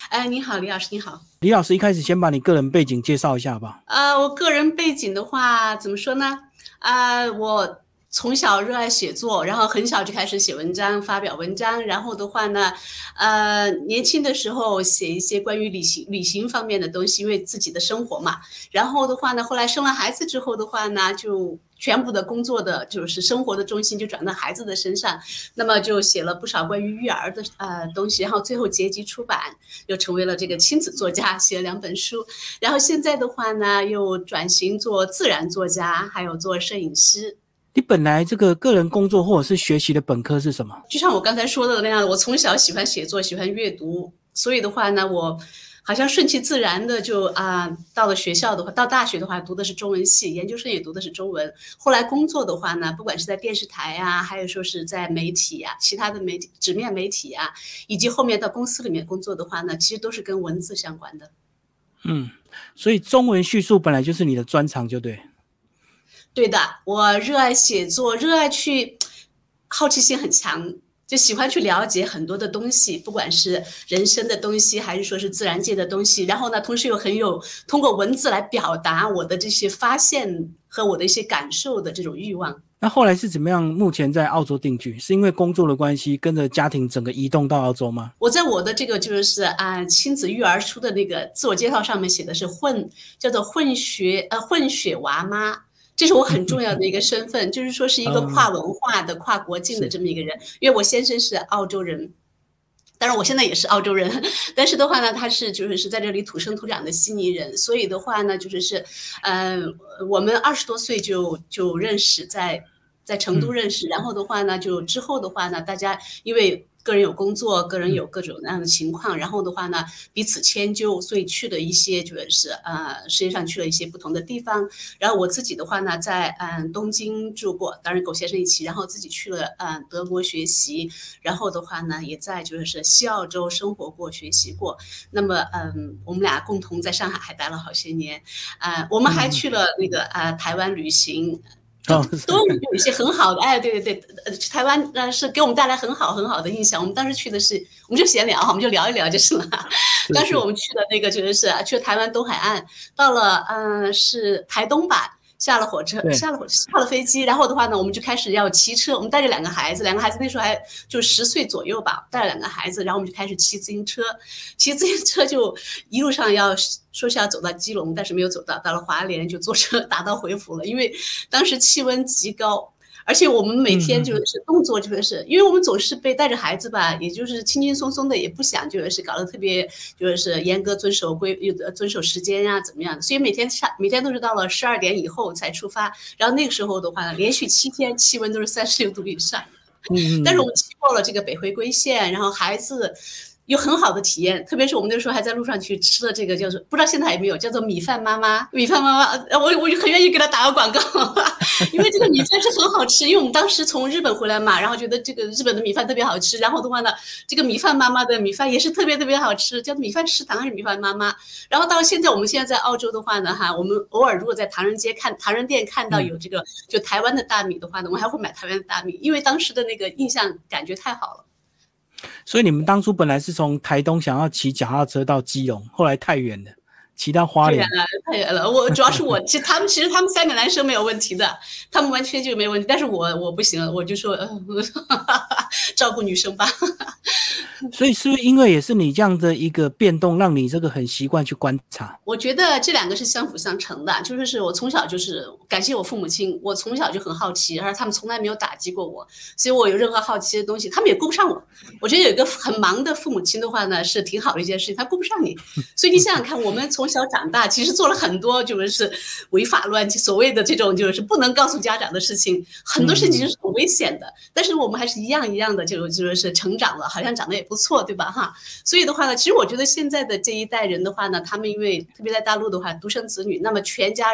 哎，你好，李老师，你好。 李老师一开始先把你个人背景介绍一下吧。 我个人背景的话，怎么说呢？我从小热爱写作，然后很小就开始写文章、发表文章。然后的话呢，年轻的时候写一些关于旅行方面的东西，因为自己的生活嘛。然后的话呢，后来生了孩子之后的话呢，就全部的工作的就是生活的重心就转到孩子的身上，那么就写了不少关于育儿的东西，然后最后结集出版，又成为了这个亲子作家，写了2本书。然后现在的话呢，又转型做自然作家，还有做摄影师。 你本来这个个人工作或者是学习的本科是什么？ 就像我刚才说的那样，我从小喜欢写作，喜欢阅读，所以的话呢，我好像顺其自然的就到了学校的话，到大学的话读的是中文系，研究生也读的是中文。后来工作的话呢，不管是在电视台啊，还有说是在媒体啊，其他的媒体、纸面媒体啊，以及后面到公司里面工作的话呢，其实都是跟文字相关的。 所以中文叙述本来就是你的专长，就对。 对的，我热爱写作，热爱去，好奇心很强，就喜欢去了解很多的东西，不管是人生的东西，还是说是自然界的东西。然后呢，同时又很有通过文字来表达我的这些发现和我的一些感受的这种欲望。 那后来是怎么样？目前在澳洲定居，是因为工作的关系，跟着家庭整个移动到澳洲吗？ 我在我的这个就是亲子育儿书的那个自我介绍上面写的是叫做混血娃妈。这是我很重要的一个身份，就是说是一个跨文化的、跨国境的这么一个人。因为我先生是澳洲人，当然我现在也是澳洲人，但是的话呢，他是在这里土生土长的悉尼人，所以的话呢，我们20多岁就认识，在成都认识，然后的话呢，就之后的话呢，大家因为个人有工作，个人有各种各样的情况，然后的话呢，彼此迁就，所以去了一些世界上去了一些不同的地方。然后我自己的话呢，在东京住过，当然跟我先生一起，然后自己去了德国学习，然后的话呢，也在西澳洲生活过、学习过。那么我们俩共同在上海还待了好些年，我们还去了那个台湾旅行。都有一些很好的，对对对，台湾是给我们带来很好很好的印象。我们当时去的是，我们就闲聊，我们就聊一聊就是了。当时我们去的那个去了台湾东海岸，到了是台东吧。下了火车，下了飞机，然后的话呢，我们就开始要骑车。我们带着两个孩子那时候还就10岁左右吧，带了两个孩子，然后我们就开始骑自行车。骑自行车就一路上说是要走到基隆，但是没有走到，到了花莲就坐车打道回府了。因为当时气温极高，而且我们每天动作因为我们总是被带着孩子吧，也就是轻轻松松的，也不想搞得特别严格遵守时间啊怎么样的，所以每天都是到了12点以后才出发。然后那个时候的话呢，连续7天气温都是36度以上。但是我们骑过了这个北回归线，然后孩子有很好的体验，特别是我们那时候还在路上去吃了这个不知道现在还有没有叫做米饭妈妈，我就很愿意给他打个广告，因为这个米饭是很好吃。因为我们当时从日本回来嘛，然后觉得这个日本的米饭特别好吃，然后的话呢，这个米饭妈妈的米饭也是特别特别好吃，叫米饭食堂还是米饭妈妈。然后到现在，我们现在在澳洲的话呢，我们偶尔如果在唐人店看到有这个就台湾的大米的话呢，我们还会买台湾的大米，因为当时的那个印象感觉太好了。 所以你们当初本来是从台东想要骑脚踏车到基隆，后来太远了，骑到花莲。 太远了。主要是其实他们3个男生没有问题的，他们完全就没问题，但是我不行了，我就说照顾女生吧。 所以是不是因为也是你这样的一个变动，让你这个很习惯去观察？ 我觉得这2个是相辅相成的，是我从小感谢我父母亲，我从小就很好奇，而他们从来没有打击过我，所以我有任何好奇的东西，他们也顾不上我。我觉得有一个很忙的父母亲的话呢，是挺好的一件事情，他顾不上你。所以你想想看，我们从小长大，其实做了很多违法乱纪，所谓的这种不能告诉家长的事情，很多事情是很危险的。但是我们还是一样一样的成长了，好像长得也不错，对吧？所以的话呢，其实我觉得现在的这一代人的话呢，他们因为特别在大陆的话，独生子女，那么全家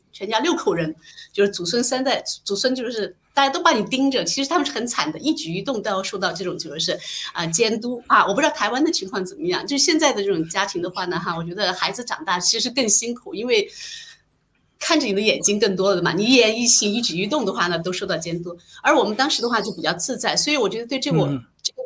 6口人，祖孙3代，祖孙大家都把你盯着，其实他们是很惨的，一举一动都要受到这种监督啊。我不知道台湾的情况怎么样，就现在的这种家庭的话呢，我觉得孩子长大其实更辛苦，因为看着你的眼睛更多了嘛，你一言一行一举一动的话呢，都受到监督。而我们当时的话就比较自在，所以我觉得对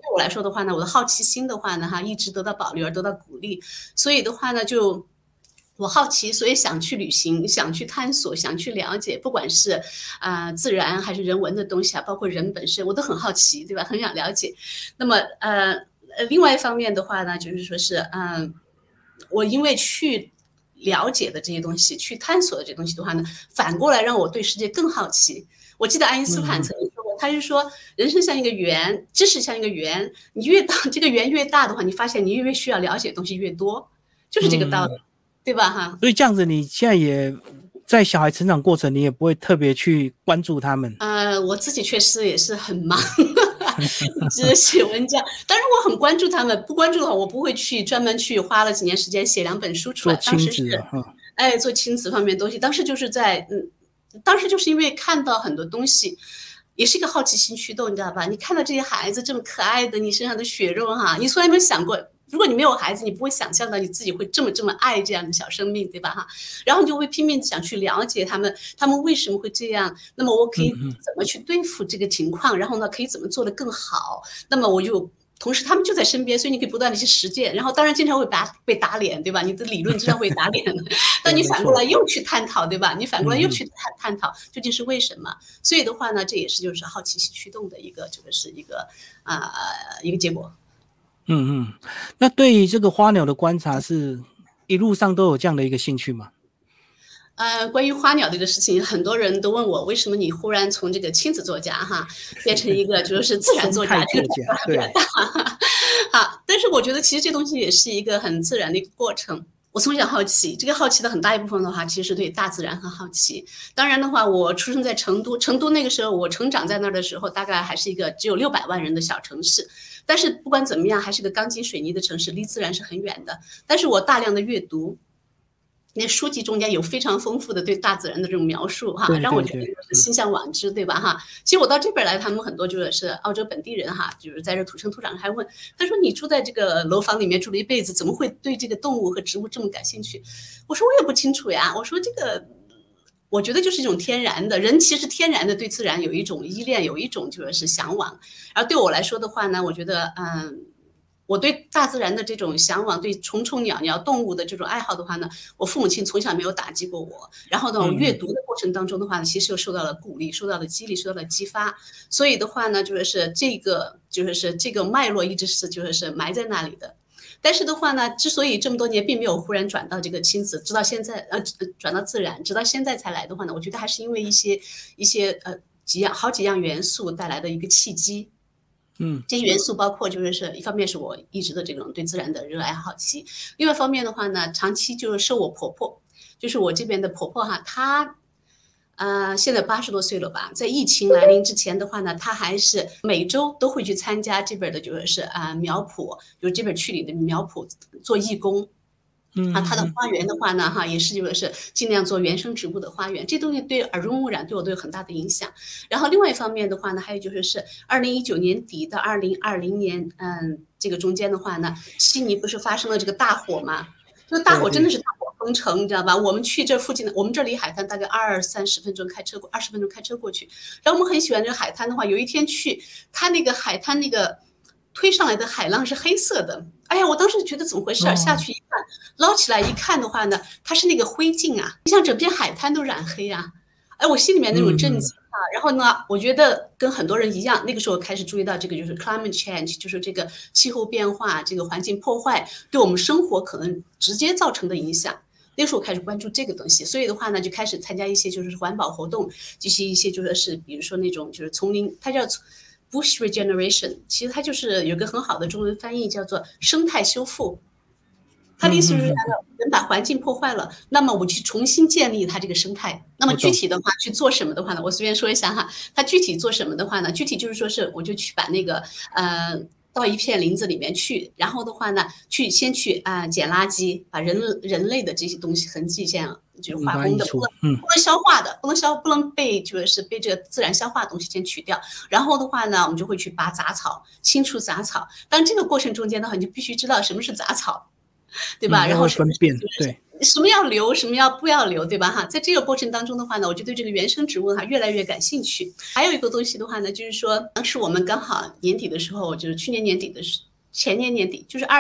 对我来说的话呢，我的好奇心的话呢，一直得到保留而得到鼓励，所以的话呢，就我好奇，所以想去旅行，想去探索，想去了解，不管是自然还是人文的东西包括人本身，我都很好奇，对吧？很想了解。那么另外一方面的话呢，就是说是我因为去了解的这些东西，去探索的这些东西的话呢，反过来让我对世界更好奇。我记得爱因斯坦曾经说过，他是说人生像一个圆，知识像一个圆，你越大这个圆越大的话，你发现你越需要了解的东西越多，就是这个道理，对吧？ 所以这样子，你现在也在小孩成长过程，你也不会特别去关注他们。 我自己确实也是很忙。一直写文章，当然我很关注他们，不关注的话，我不会去专门去花了几年时间写2本书出来。当时是做亲子方面的东西，当时就是当时就是因为看到很多东西，也是一个好奇心驱动，你知道吧？你看到这些孩子这么可爱的，你身上的血肉你从来没有想过。如果你没有孩子，你不会想象到你自己会这么爱这样的小生命，对吧？然后你就会拼命想去了解他们为什么会这样，那么我可以怎么去对付这个情况，然后呢，可以怎么做得更好？那么我就同时他们就在身边，所以你可以不断的去实践，然后当然经常会被打脸，对吧？你的理论经常会打脸，但你反过来又去探讨，对吧？你反过来又去探讨究竟是为什么？所以的话呢，这也是就是好奇心驱动的一个就是一个结果。 那对于这个花鸟的观察，是一路上都有这样的一个兴趣吗？ 关于花鸟这个事情，很多人都问我，为什么你忽然从这个亲子作家变成一个就是自然作家，这个变化比较大。好，但是我觉得其实这东西也是一个很自然的一个过程。我从小好奇，这个好奇的很大一部分的话，其实是对大自然很好奇。当然的话，我出生在成都那个时候，我成长在那儿的时候，大概还是一个只有600万人的小城市。但是不管怎么样，还是个钢筋水泥的城市，离自然是很远的。但是我大量的阅读，那书籍中间有非常丰富的对大自然的这种描述让我觉得心向往之，对吧其实我到这边来，他们很多就是澳洲本地人就是在这土生土长，还问他说你住在这个楼房里面住了一辈子，怎么会对这个动物和植物这么感兴趣？我说我也不清楚呀，我说这个。我觉得就是一种天然的，人其实天然的对自然有一种依恋，有一种就是向往。而对我来说的话呢，我觉得我对大自然的这种向往，对虫虫鸟鸟动物的这种爱好的话呢，我父母亲从小没有打击过我。然后呢，我阅读的过程当中的话呢，其实又受到了鼓励，受到了激励，受到了激发。所以的话呢，就是这个脉络一直是就是埋在那里的。但是的话呢，之所以这么多年并没有忽然转到这个亲子，直到现在转到自然，直到现在才来的话呢，我觉得还是因为一些好几样元素带来的一个契机。这些元素包括就是一方面是我一直的这种对自然的热爱好奇，另外一方面的话呢，长期就是受我婆婆，就是我这边的婆婆她现在80多岁了吧，在疫情来临之前的话呢，她还是每周都会去参加这边的就是苗圃，就是这边区里的苗圃做义工。它的花园的话呢，也是就是尽量做原生植物的花园，这东西对耳濡目染对我都有很大的影响。然后另外一方面的话呢，还有就是2019年底到2020年，这个中间的话呢，悉尼不是发生了这个大火吗？这个大火真的是大火封城，你知道吧？我们去这附近的，我们这离海滩大概20-30分钟开车过，20分钟开车过去。然后我们很喜欢这个海滩的话，有一天去，它那个海滩那个推上来的海浪是黑色的。哎呀，我当时觉得怎么回事？下去一看，捞起来一看的话呢，它是那个灰烬啊，像整片海滩都染黑啊！哎，我心里面那种震惊然后呢，我觉得跟很多人一样，那个时候开始注意到这个就是 climate change， 就是这个气候变化、这个环境破坏对我们生活可能直接造成的影响。那时候开始关注这个东西，所以的话呢，就开始参加一些就是环保活动，就是一些就是比如说那种就是丛林，它叫Bush regeneration， 其实它就是有个很好的中文翻译，叫做生态修复。它的意思是人把环境破坏了，那么我去重新建立它这个生态。那么具体的话去做什么的话呢？我随便说一下它具体做什么的话呢？具体就是说是我就去把那个到一片林子里面去，然后的话呢，先去捡垃圾，把人类的这些东西痕迹先就是化工的，不能消化的，不能被就是被这个自然消化的东西先取掉。然后的话呢，我们就会去拔杂草，清除杂草。当这个过程中间的话，你就必须知道什么是杂草，对吧？然后分辨对。 什么要留，什么要不要留，对吧？哈，在这个过程当中的话呢，我就对这个原生植物哈越来越感兴趣。还有一个东西的话呢，就是说当时我们刚好年底的时候，就是去年年底的时，前年年底，就是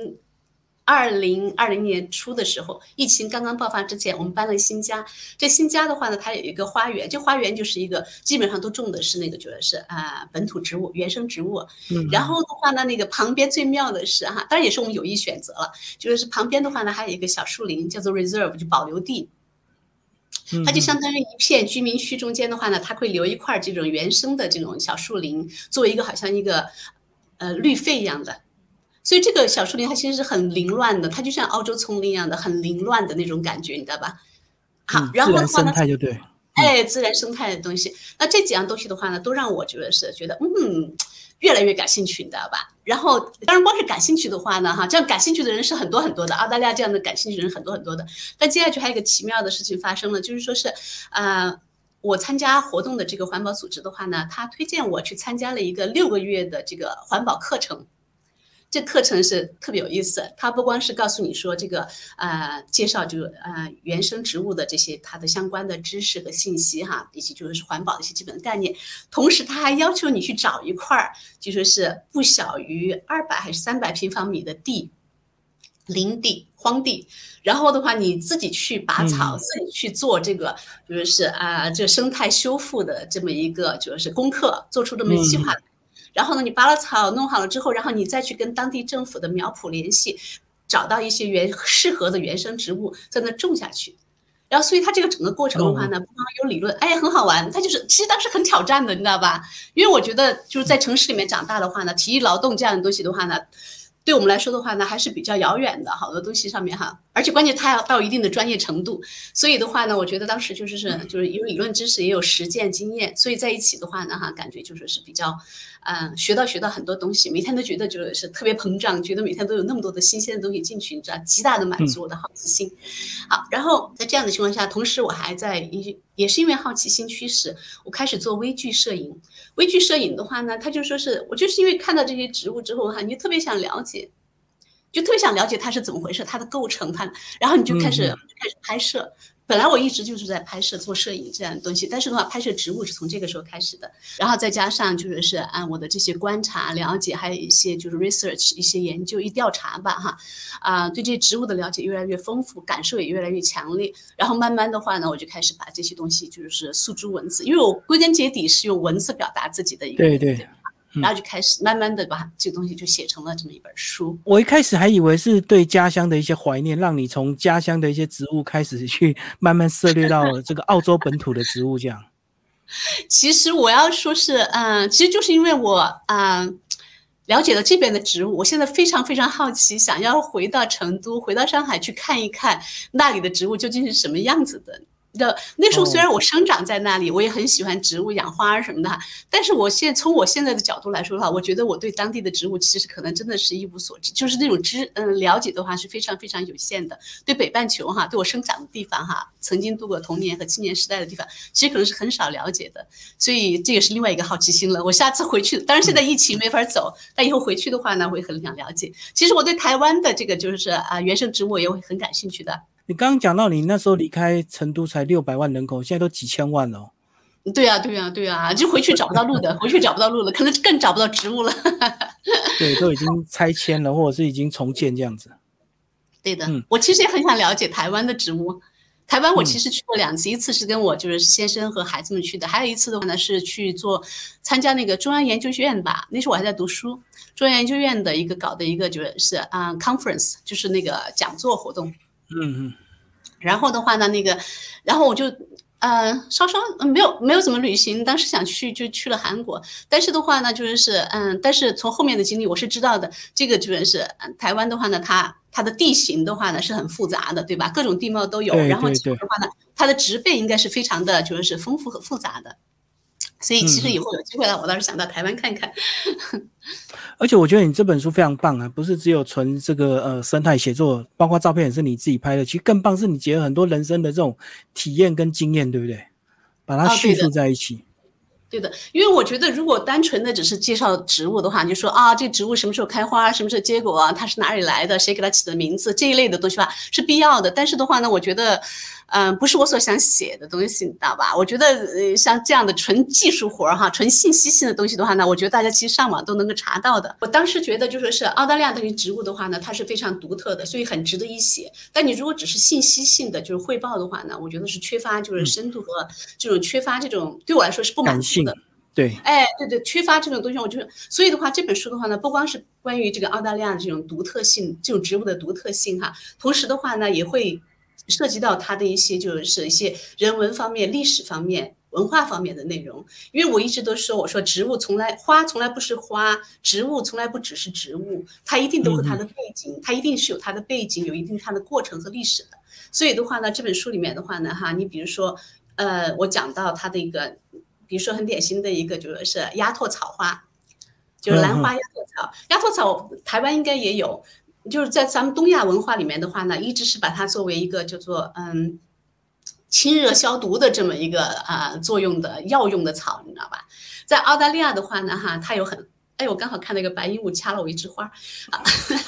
2020年初的时候，疫情刚刚爆发之前，我们搬了新家。这新家的话呢，它有一个花园，这花园就是一个基本上都种的是那个就是本土植物、原生植物。然后的话呢，那个旁边最妙的是哈，当然也是我们有意选择了，就是旁边的话呢还有一个小树林，叫做 reserve， 就保留地。它就相当于一片居民区中间的话呢，它会留一块这种原生的这种小树林，作为一个好像一个绿肺一样的。所以这个小树林它其实是很凌乱的，它就像澳洲丛林一样的很凌乱的那种感觉，你知道吧？好，然后的话呢， 自然生态就对， 自然生态的东西，那这几样东西的话呢，都让我觉得越来越感兴趣，你知道吧？然后当然光是感兴趣的话呢，哈，这样感兴趣的人是很多很多的，澳大利亚这样的感兴趣的人很多很多的。但接下去还有一个奇妙的事情发生了，就是说是我参加活动的这个环保组织的话呢，他推荐我去参加了一个6个月的这个环保课程。这课程是特别有意思，它不光是告诉你说这个介绍这个原生植物的这些它的相关的知识和信息哈，以及就是环保的一些基本的概念，同时它还要求你去找一块就说是不小于200还是300平方米的地，林地、荒地，然后的话你自己去拔草，自己去做这个就是这生态修复的这么一个就是功课，做出这么一计划。然后呢，你拔了草弄好了之后，然后你再去跟当地政府的苗圃联系，找到一些适合的原生植物，在那种下去。然后，所以它这个整个过程的话呢，不光有理论，很好玩。它就是其实当时很挑战的，你知道吧？因为我觉得就是在城市里面长大的话呢，体力劳动这样的东西的话呢，对我们来说的话呢，还是比较遥远的，好多东西上面哈，而且关键它要到一定的专业程度，所以的话呢，我觉得当时就是有理论知识，也有实践经验，所以在一起的话呢，哈，感觉就是比较，学到很多东西，每天都觉得就是特别膨胀，觉得每天都有那么多的新鲜的东西进去，你知道，极大的满足我的好奇心。好，然后在这样的情况下，同时我还在也是因为好奇心驱使，我开始做微距摄影。微距摄影的话呢，它就说是我就是因为看到这些植物之后哈，你就特别想了解，它是怎么回事，它的构成，然后你就开始拍摄。本来我一直就是在拍摄做摄影这样的东西，但是的话，拍摄植物是从这个时候开始的。然后再加上就是按我的这些观察了解，还有一些就是 research 一些研究调查吧哈，对这些植物的了解越来越丰富，感受也越来越强烈。然后慢慢的话呢，我就开始把这些东西就是诉诸文字，因为我归根结底是用文字表达自己的一个对。然后就开始慢慢的把这个东西就写成了这么一本书。 我一开始还以为是对家乡的一些怀念，让你从家乡的一些植物开始去慢慢涉猎到这个澳洲本土的植物这样。 其实我要说是，其实就是因为我了解了这边的植物，我现在非常非常好奇，想要回到成都、回到上海去看一看那里的植物究竟是什么样子的。那时候虽然我生长在那里，我也很喜欢植物养花什么的，但是从我现在的角度来说的话，我觉得我对当地的植物其实可能真的是一无所知，就是那种了解的话是非常非常有限的。对北半球哈，对我生长的地方哈，曾经度过童年和青年时代的地方，其实可能是很少了解的，所以这也是另外一个好奇心了。我下次回去，当然现在疫情没法走，但以后回去的话呢，会很想了解。其实我对台湾的这个就是原生植物也会很感兴趣的。 你刚刚讲到你那时候离开成都才600万人口，现在都几千万了哦。 对啊，就回去找不到路的，可能更找不到植物了。 对，都已经拆迁了，或者是已经重建这样子。 对的，我其实也很想了解台湾的植物。台湾我其实去过2次，一次是跟我就是先生和孩子们去的，还有一次的话呢是去参加那个中央研究院吧，那时候我还在读书，中央研究院的搞的一个就是conference， 就是那个讲座活动。然后的话呢，然后我就稍稍没有怎么旅行，当时想去就去了韩国，但是的话呢，但是从后面的经历我是知道的，这个就是台湾的话呢，它的地形的话呢是很复杂的，对吧？各种地貌都有，然后的话呢，它的植被应该是非常的就是丰富和复杂的。所以其实以后有机会了，我倒是想到台湾看看。 而且我觉得你这本书非常棒啊，不是只有纯这个生态写作，包括照片也是你自己拍的。其实更棒是你结合很多人生的这种体验跟经验，对不对？把它叙述在一起。 对的，因为我觉得如果单纯的只是介绍植物的话，你就说啊，这植物什么时候开花，什么时候结果啊，它是哪里来的，谁给它起的名字，这一类的东西吧是必要的。但是的话呢，我觉得，不是我所想写的东西，你知道吧？我觉得，像这样的纯技术活哈，纯信息性的东西的话呢，我觉得大家其实上网都能够查到的。我当时觉得就说是澳大利亚对于植物的话呢，它是非常独特的，所以很值得一写。但你如果只是信息性的就是汇报的话呢，我觉得是缺乏就是深度和这种缺乏这种对我来说是不满足的。 对， 哎，对对，缺乏这种东西，我觉得，所以的话，这本书的话呢，不光是关于这个澳大利亚的这种独特性，这种植物的独特性哈，同时的话呢，也会涉及到它的一些就是一些人文方面、历史方面、文化方面的内容。因为我一直都说，我说植物花从来不是花，植物从来不只是植物，它一定都有它的背景，它一定是有它的背景，有一定它的过程和历史的。所以的话呢，这本书里面的话呢，哈，你比如说，我讲到它的一个。比如说很典型的一个就是鸭跖草花，就是兰花鸭跖草。鸭跖草台湾应该也有，就是在咱们东亚文化里面的话呢，一直是把它作为一个叫做清热消毒的这么一个作用的药用的草，你知道吧？在澳大利亚的话呢，哈，它有很。哎，我刚好看到一个白鹦鹉掐了我一枝花啊，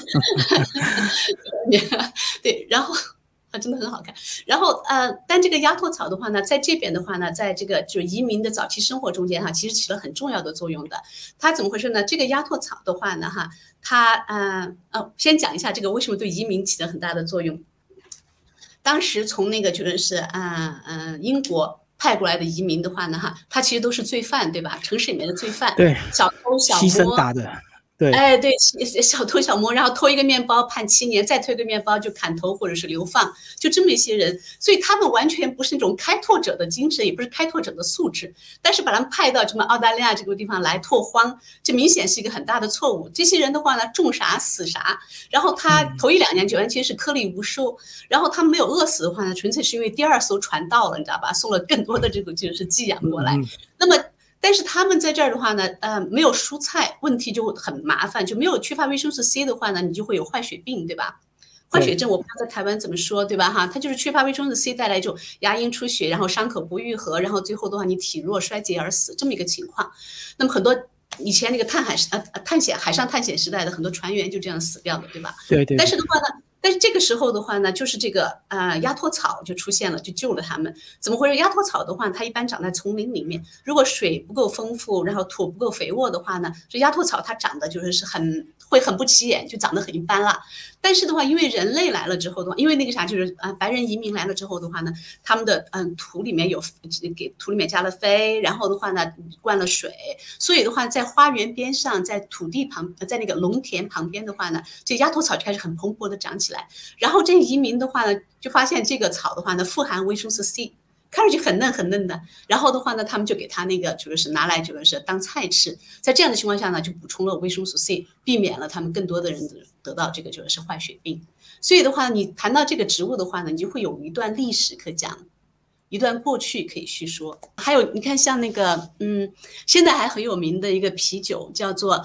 对，然后。真的很好看，然后但这个鸭跖草的话呢，在这边的话呢，在这个就移民的早期生活中间哈，其实起了很重要的作用的。它怎么回事呢？这个鸭跖草的话呢，哈，它先讲一下这个为什么对移民起了很大的作用。当时从那个就是英国派过来的移民的话呢，哈，他其实都是罪犯，对吧？城市里面的罪犯， 对， 小偷小摸， 牺牲打的。对， 哎，对，小偷小摸，然后偷一个面包判7年，再偷一个面包就砍头或者是流放，就这么一些人，所以他们完全不是那种开拓者的精神，也不是开拓者的素质，但是把他们派到什么澳大利亚这个地方来拓荒，这明显是一个很大的错误。这些人的话呢，种啥死啥，然后他头1、2年就完全是颗粒无收，然后他们没有饿死的话呢，纯粹是因为第2艘船到了，你知道吧，送了更多的这个就是寄养过来，那么。但是他们在这儿的话呢，没有蔬菜，问题就很麻烦，就没有缺乏维生素 C 的话呢，你就会有坏血病，对吧？坏血症我不知道在台湾怎么说，对吧？哈，它就是缺乏维生素 C 带来一种牙龈出血，然后伤口不愈合，然后最后的话你体弱衰竭而死这么一个情况。那么很多以前那个海上探险时代的很多船员就这样死掉的，对吧？ 对对。 但是的话呢。但是这个时候的话呢，就是这个鸭跖草就出现了，就救了他们。怎么回事？鸭跖草的话，它一般长在丛林里面，如果水不够丰富，然后土不够肥沃的话呢，这鸭跖草它长得就是会很不起眼，就长得很一般了。但是的话，因为人类来了之后的话，因为那个啥就是白人移民来了之后的话呢，他们的土里面给土里面加了肥，然后的话呢灌了水，所以的话在花园边上，在土地旁，在那个农田旁边的话呢，这鸭跖草就开始很蓬勃的长起来。然后这移民的话呢，就发现这个草的话呢，富含维生素 C， 看上去很嫩很嫩的。然后的话呢，他们就给它那个就是拿来就是当菜吃。在这样的情况下呢，就补充了维生素 C， 避免了他们更多的人得到这个就是坏血病。所以的话，你谈到这个植物的话呢，你就会有一段历史可讲。一段过去可以叙说，还有你看像那个现在还很有名的一个啤酒叫做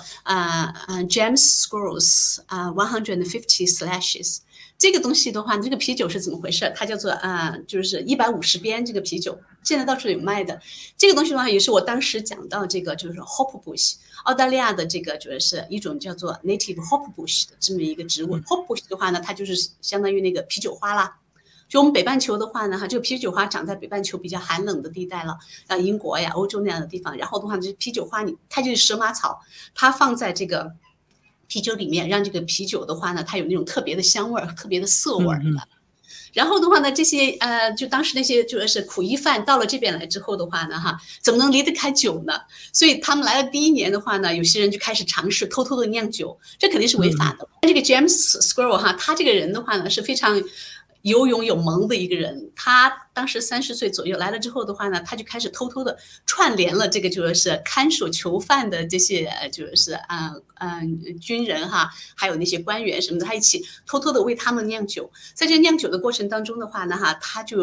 James Squirrels 150 Slashes， 这个东西的话，这个啤酒是怎么回事？它叫做就是150鞭这个啤酒，现在到处有卖的。这个东西的话，也是我当时讲到这个就是 Hop Bush， 澳大利亚的这个就是一种叫做 Native Hop Bush 的这么一个植物。Hop Bush 的话呢，它就是相当于那个啤酒花啦。就我们北半球的话呢，哈，这个啤酒花长在北半球比较寒冷的地带了，英国呀、欧洲那样的地方。然后的话，这啤酒花它就是蛇麻草，它放在这个啤酒里面，让这个啤酒的话呢，它有那种特别的香味儿、特别的涩味儿。然后的话呢，这些就当时那些就是苦役犯到了这边来之后的话呢，哈，怎么能离得开酒呢？所以他们来了第1年的话呢，有些人就开始尝试偷偷的酿酒，这肯定是违法的。这个 James Squirrel 哈，他这个人的话呢是非常有勇有谋的一个人，他当时30岁左右来了之后的话呢，他就开始偷偷的串联了这个就是看守囚犯的这些就是军人哈，还有那些官员什么的，他一起偷偷的为他们酿酒。在这酿酒的过程当中的话呢，哈，他就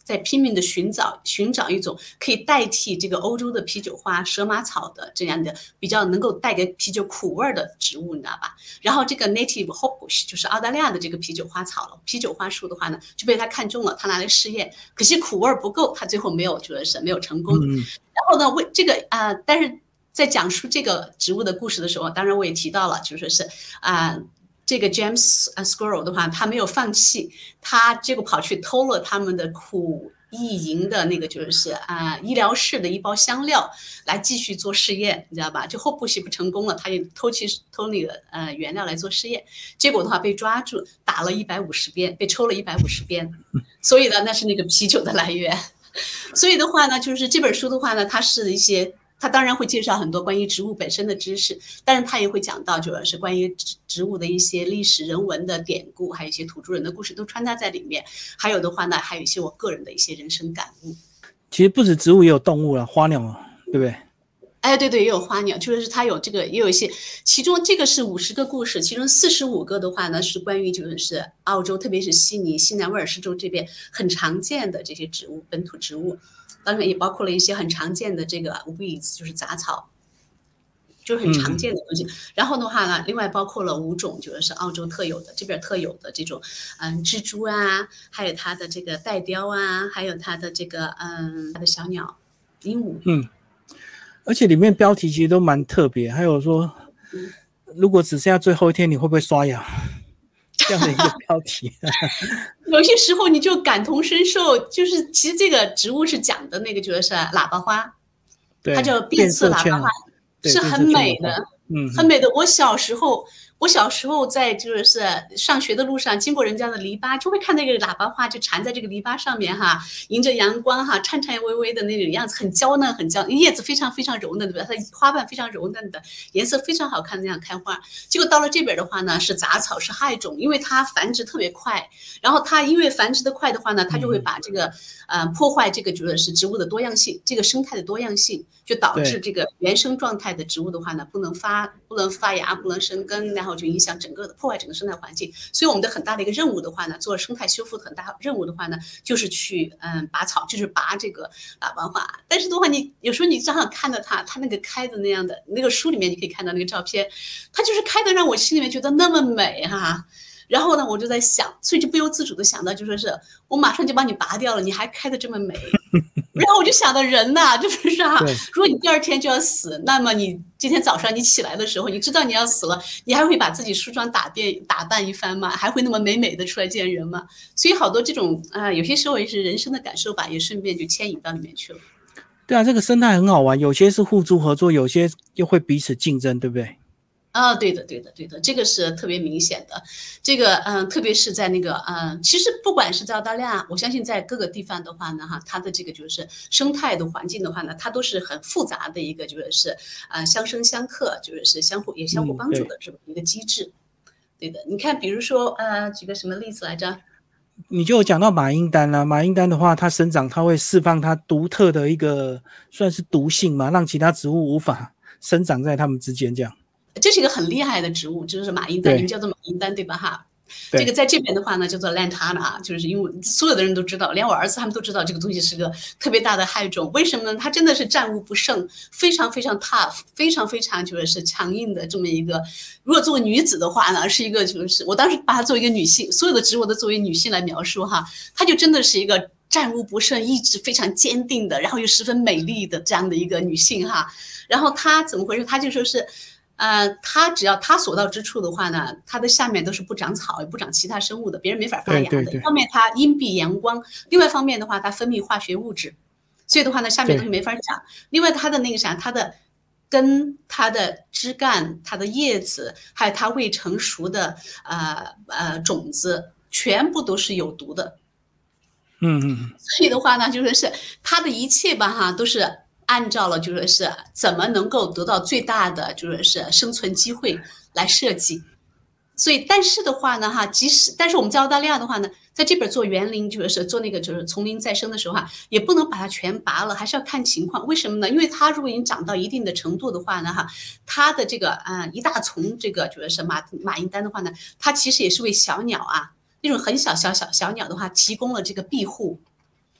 在拼命的寻找一种可以代替这个欧洲的啤酒花蛇麻草的这样的比较能够带给啤酒苦味的植物，你知道吧？然后这个 native horebush 就是澳大利亚的这个啤酒花树的话呢，就被他看中了，他拿来试验，可惜苦味不够，他最后没有成功。然后呢，为这个但是在讲述这个植物的故事的时候，当然我也提到了，就说是这个 James Squirrel 的话，他没有放弃，他结果跑去偷了他们的苦意营的那个就是医疗室的一包香料来继续做试验，你知道吧？就后不不成功了，他也偷那个原料来做试验，结果的话被抓住，打了150鞭，被抽了150鞭，所以呢，那是那个啤酒的来源。所以的话呢，就是这本书的话呢，它当然会介绍很多关于植物本身的知识，但是它也会讲到主要是关于植物的一些历史人文的典故，还有一些土著人的故事都穿插在里面。还有的话呢，还有一些我个人的一些人生感悟。 其实不止植物，也有动物了，花鸟，对不对？ 哎，对，也有花鸟，就是它有这个，也有一些，其中这个是50个故事，其中45个的话呢是关于就是澳洲，特别是悉尼、西南威尔士州这边很常见的这些植物，本土植物。当然也包括了一些很常见的这个 weeds， 就是杂草，就是很常见的东西。然后的话呢，另外包括了5种就是澳洲特有的这边特有的这种蜘蛛啊，还有它的这个带雕啊，还有它的这个它的小鸟鹦鹉。 而且里面标题其实都蛮特别，还有说如果只剩下最后一天，你会不会刷牙？这样的一个标题。 有些时候你就感同身受，就是其实这个植物是讲的那个就是喇叭花，它叫变色喇叭花，是很美的，很美的。我小时候在就是上学的路上，经过人家的篱笆，就会看那个喇叭花就缠在这个篱笆上面哈，迎着阳光哈，颤颤巍巍的那种样子，很娇嫩，叶子非常非常柔嫩，对吧？它花瓣非常柔嫩的，颜色非常好看的那样开花。结果到了这边的话呢，是杂草，是害种，因为它繁殖特别快，然后它因为繁殖的快的话呢，它就会把这个破坏这个就是植物的多样性，这个生态的多样性，就导致这个原生状态的植物的话呢，不能发芽，不能生根，然后就影响破坏整个生态环境。所以我们的很大的一个任务的话呢，做生态修复的很大任务的话呢，就是去拔草，就是拔这个喇叭花。但是的话，你有时候你正好看到它那个开的那样的那个书里面，你可以看到那个照片，它就是开的让我心里面觉得那么美哈。然后呢，我就在想，所以就不由自主的想到，就说是我马上就把你拔掉了，你还开的这么美。然后我就想到人呐，就是如果你第2天就要死，那么你今天早上你起来的时候，你知道你要死了，你还会把自己梳妆打扮一番吗？还会那么美美的出来见人吗？所以好多这种有些时候也是人生的感受吧，也顺便就牵引到里面去了。 对啊，这个生态很好玩，有些是互助合作，有些又会彼此竞争，对不对？ 对的，这个是特别明显的。这个特别是在那个其实不管是在澳大利亚，我相信在各个地方的话呢，它的这个就是生态的环境的话呢，它都是很复杂的一个就是相生相克，就是相互帮助的这么一个机制。对的，你看，比如说举个什么例子来着？ 你就有讲到马缨丹啦，马缨丹的话，它生长它会释放它独特的一个算是毒性嘛，让其他植物无法生长在它们之间这样。 这是一个很厉害的植物，就是马缨丹，你们叫做马缨丹对吧？哈，这个在这边的话呢叫做 lantana， 就是因为所有的人都知道，连我儿子他们都知道这个东西是个特别大的害种。为什么呢？它真的是战无不胜，非常非常 tough， 非常非常就是强硬的这么一个。如果作为女子的话呢，是一个就是我当时把它作为一个女性，所有的植物都作为女性来描述哈，它就真的是一个战无不胜、意志非常坚定的，然后又十分美丽的这样的一个女性哈。然后她怎么回事？她就说是。它只要它所到之处的话呢，它的下面都是不长草，也不长其他生物的，别人没法发芽的。一方面它因避阳光，另外一方面的话它分泌化学物质，所以的话呢下面东西没法长。另外它的那个啥，它的根、它的枝干、它的叶子，还有它未成熟的种子，全部都是有毒的。所以的话呢，就是它的一切吧哈，都是。按照了就是怎么能够得到最大的就是生存机会来设计，所以但是的话呢但是我们在澳大利亚的话呢，在这边做园林就是做那个就是丛林再生的时候也不能把它全拔了，还是要看情况。为什么呢？因为它如果已经长到一定的程度的话呢它的这个一大丛这个就是马缨丹的话呢，它其实也是为小鸟那种很小鸟的话提供了这个庇护。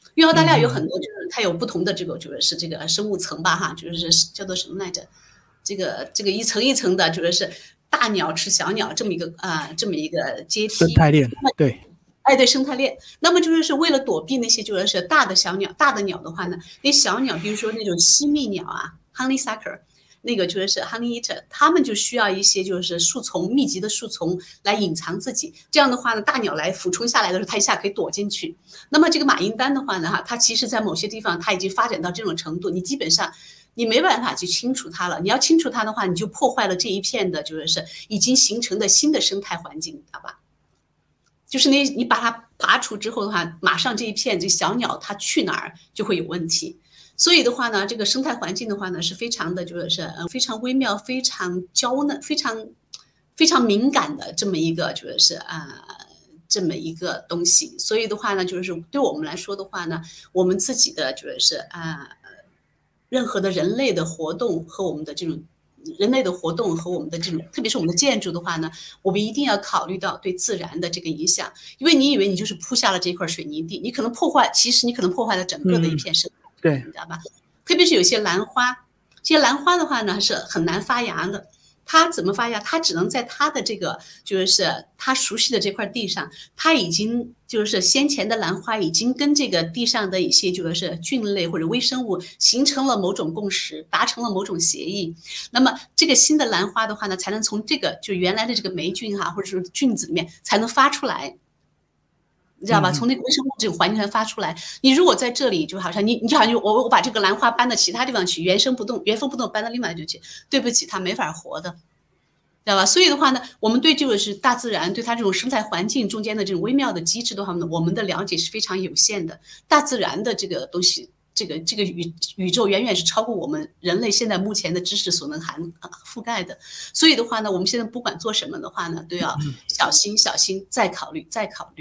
因为澳大利亚有很多就是它有不同的这个就是这个生物层吧哈，就是叫做什么来着？这个一层一层的，就是大鸟吃小鸟这么一个这么一个阶梯。 生态链，对。 哎，对，生态链。那么就是为了躲避那些就是大的小鸟、大的鸟的话呢，那小鸟，比如说那种吸蜜鸟啊 ，honeysucker， 那个就是 honey eater， 它们就需要一些就是树丛密集的树丛来隐藏自己。这样的话呢，大鸟来俯冲下来的时候，它一下可以躲进去。那么这个马缨丹的话呢，它其实在某些地方它已经发展到这种程度，你基本上你没办法去清除它了。你要清除它的话，你就破坏了这一片的就是已经形成的新的生态环境，好吧？就是你把它拔除之后的话，马上这一片这小鸟它去哪儿就会有问题。所以的话呢，这个生态环境的话呢，是非常的就是非常微妙、非常娇嫩、非常敏感的这么一个就是这么一个东西。所以的话呢，就是对我们来说的话呢，我们自己的就是任何的人类的活动和我们的这种。人类的活动和我们的这种，特别是我们的建筑的话呢，我们一定要考虑到对自然的这个影响。因为你以为你就是铺下了这块水泥地，你可能破坏，其实你可能破坏了整个的一片生态， 对， 你知道吧？特别是有些兰花，这些兰花的话呢是很难发芽的。它怎么发芽？它只能在它的这个就是它熟悉的这块地上，它已经就是先前的兰花已经跟这个地上的一些就是菌类或者微生物形成了某种共识，达成了某种协议。那么这个新的兰花的话呢，才能从这个就原来的这个霉菌哈，或者说菌子里面才能发出来。你知道吧？从那个微生物这种环境上发出来。你如果在这里，就好像你就好像我把这个兰花搬到其他地方去，原封不动搬到另外地去，对不起，它没法活的，知道吧？所以的话呢，我们对这个是大自然对它这种生态环境中间的这种微妙的机制的话呢，我们的了解是非常有限的。大自然的这个东西，这个宇宙远远是超过我们人类现在目前的知识所能覆盖的。所以的话呢，我们现在不管做什么的话呢，都要小心，再考虑。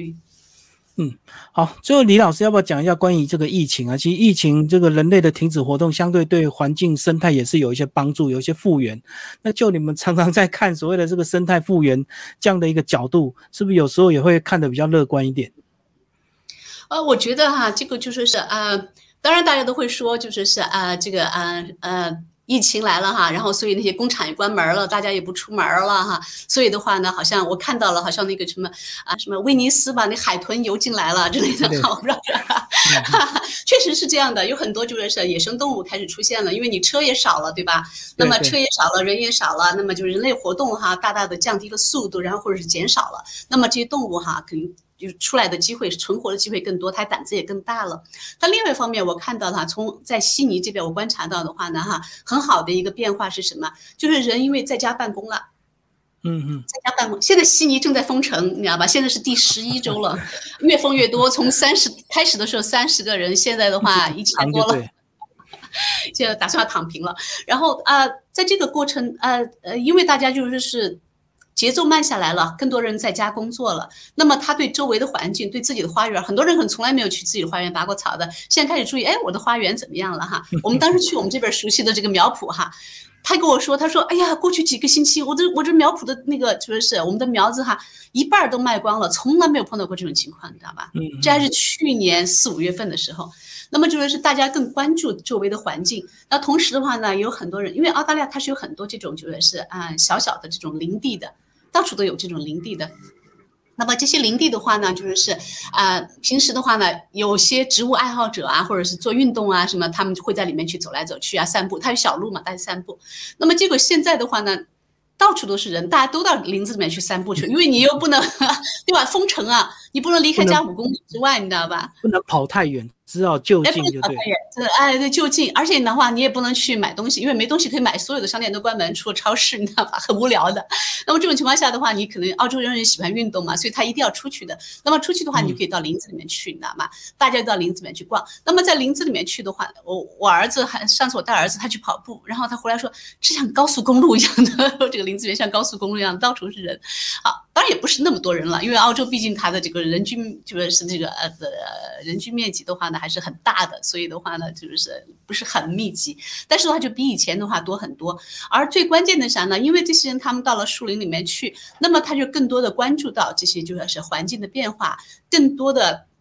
好，最后李老师要不要讲一下关于这个疫情啊？其实疫情这个人类的停止活动，相对环境生态也是有一些帮助，有一些复原。那就你们常常在看所谓的这个生态复原这样的一个角度，是不是有时候也会看得比较乐观一点？ 我觉得哈，这个就是当然大家都会说就是这个疫情来了哈，然后所以那些工厂也关门了，大家也不出门了哈，所以的话呢，好像我看到了，好像那个什么威尼斯吧，那海豚游进来了之类的，我不知道，确实是这样的，有很多就是野生动物开始出现了，因为你车也少了，对吧？那么车也少了，人也少了，那么就是人类活动哈，大大的降低了速度，然后或者是减少了，那么这些动物哈，肯定就出来的机会，存活的机会更多，它胆子也更大了。但另外一方面，我看到从在悉尼这边我观察到的话呢，很好的一个变化是什么？就是人因为在家办公了。在家办公。现在悉尼正在封城，你知道吧？现在是第11周了，越封越多。从开始的时候30个人，现在的话1000多了。现在打算要躺平了。然后在这个过程因为大家就是节奏慢下来了，更多人在家工作了，那么他对周围的环境，对自己的花园，很多人可能从来没有去自己的花园拔过草的，现在开始注意，哎，我的花园怎么样了哈？我们当时去我们这边熟悉的这个苗圃哈，他跟我说，他说，哎呀，过去几个星期，我这苗圃的那个就是我们的苗子哈，一半都卖光了，从来没有碰到过这种情况，你知道吧？这还是去年4、5月份的时候。那么就是大家更关注周围的环境，那同时的话呢，有很多人，因为澳大利亚它是有很多这种就是小小的这种林地的，到处都有这种林地的。那么这些林地的话呢，就是平时的话呢，有些植物爱好者啊，或者是做运动啊什么，他们就会在里面去走来走去啊，散步。它有小路嘛，大家散步。那么结果现在的话呢，到处都是人，大家都到林子里面去散步去，因为你又不能对吧？封城啊，你不能离开家5公里之外，你知道吧？ 不能跑太远，只好就近就对。 对，就近。而且的话，你也不能去买东西，因为没东西可以买，所有的商店都关门，除了超市，你知道吧？很无聊的。那么这种情况下的话，你可能澳洲人喜欢运动嘛，所以他一定要出去的。那么出去的话，你就可以到林子里面去，你知道吗？大家到林子里面去逛。那么在林子里面去的话，我儿子上次我带儿子他去跑步，然后他回来说，这像高速公路一样的，这个林子里面像高速公路一样，到处是人。好，当然也不是那么多人了，因为澳洲毕竟它的这个人均就是这个人均面积的话呢还是很大的，所以的话呢就是不是很密集，但是的话就比以前的话多很多。而最关键的啥呢？因为这些人他们到了树林里面去，那么他就更多的关注到这些就是环境的变化，更多的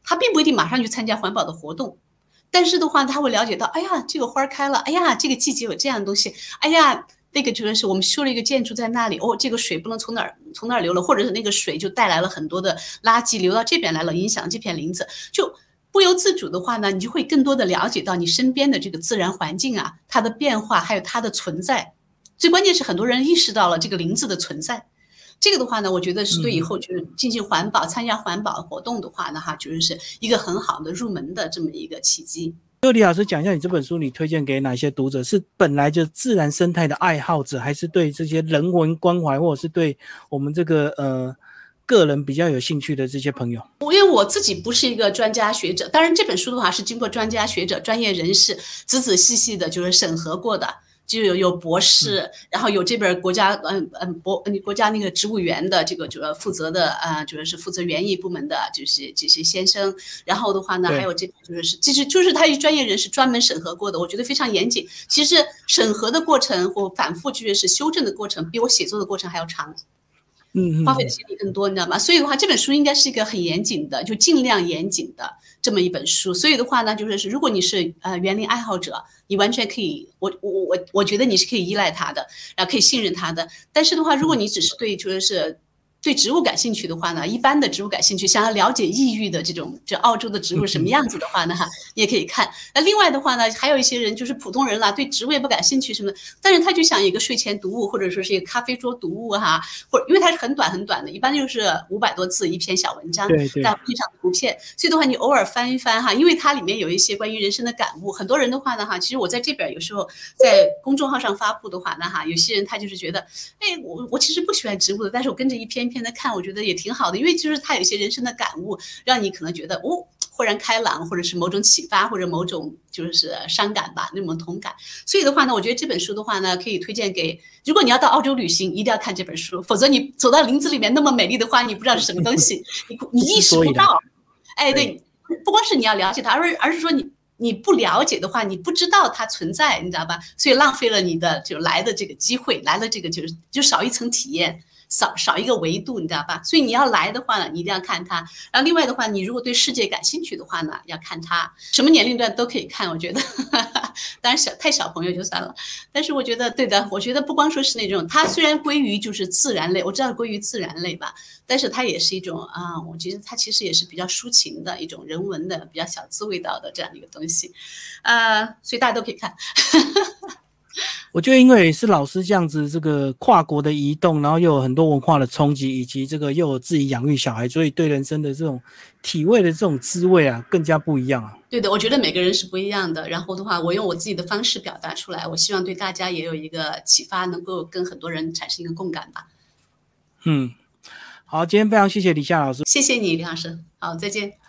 他并不一定马上去参加环保的活动，但是的话，他会了解到，哎呀，这个花开了，哎呀，这个季节有这样的东西，哎呀，那个就是我们修了一个建筑在那里，哦，这个水不能从哪儿流了，或者是那个水就带来了很多的垃圾流到这边来了，影响这片林子，就不由自主的话呢，你就会更多的了解到你身边的这个自然环境啊，它的变化，还有它的存在。最关键是很多人意识到了这个林子的存在。这个的话呢，我觉得是对以后就是进行环保、参加环保活动的话呢，就是一个很好的入门的这么一个契机。 就李老师讲一下，你这本书你推荐给哪些读者？是本来就自然生态的爱好者，还是对这些人文关怀，或者是对我们这个个人比较有兴趣的这些朋友？ 因为我自己不是一个专家学者，当然这本书的话是经过专家学者、专业人士仔仔细细的就是审核过的。就有博士，然后有这边国家国家那个植物园的这个负责的就是负责园艺部门的，就是这些先生。然后的话呢，还有这就是他专业人士专门审核过的，我觉得非常严谨。其实审核的过程或反复就是修正的过程，比我写作的过程还要长。花费的精力更多，你知道吗？所以的话，这本书应该是一个很严谨的，就尽量严谨的这么一本书。所以的话呢，就是如果你是园林爱好者，你完全可以，我觉得你是可以依赖它的，然后可以信任它的。但是的话，如果你只是对植物感兴趣的话呢，一般的植物感兴趣，想要了解异域的这澳洲的植物什么样子的话呢，你也可以看。那另外的话呢，还有一些人就是普通人啦，对植物也不感兴趣什么的，但是他就想一个睡前读物，或者说是一个咖啡桌读物或者因为它是很短很短的，一般就是500多字一篇小文章，再配上图片，所以的话你偶尔翻一翻因为它里面有一些关于人生的感悟。很多人的话呢其实我在这边有时候在公众号上发布的话呢有些人他就是觉得，哎，我其实不喜欢植物的，但是我跟着一篇一篇的看，我觉得也挺好的，因为就是他有一些人生的感悟，让你可能觉得豁然开朗，或者是某种启发，或者某种就是伤感吧，那种同感。所以的话呢，我觉得这本书的话呢，可以推荐给，如果你要到澳洲旅行，一定要看这本书，否则你走到林子里面那么美丽的花，你不知道是什么东西，你意识不到。哎，对，不光是你要了解它，而是说你不了解的话，你不知道它存在，你知道吧？所以浪费了你的就来的这个机会，来了这个就少一层体验。少一个维度，你知道吧？所以你要来的话呢，你一定要看它。然后另外的话，你如果对世界感兴趣的话呢，要看它。什么年龄段都可以看，我觉得。当然太小朋友就算了。但是我觉得对的，我觉得不光说是那种，它虽然归于就是自然类，我知道归于自然类吧，但是它也是一种我觉得它其实也是比较抒情的一种人文的、比较小资味道的这样的一个东西，所以大家都可以看。 我觉得因为是老师这样子这个跨国的移动，然后又有很多文化的冲击，以及这个又有自己养育小孩，所以对人生的这种体味的这种滋味更加不一样对的，我觉得每个人是不一样的。然后的话，我用我自己的方式表达出来，我希望对大家也有一个启发，能够跟很多人产生一个共感吧。 好，今天非常谢谢李夏老师， 谢谢你，李老师，好，再见。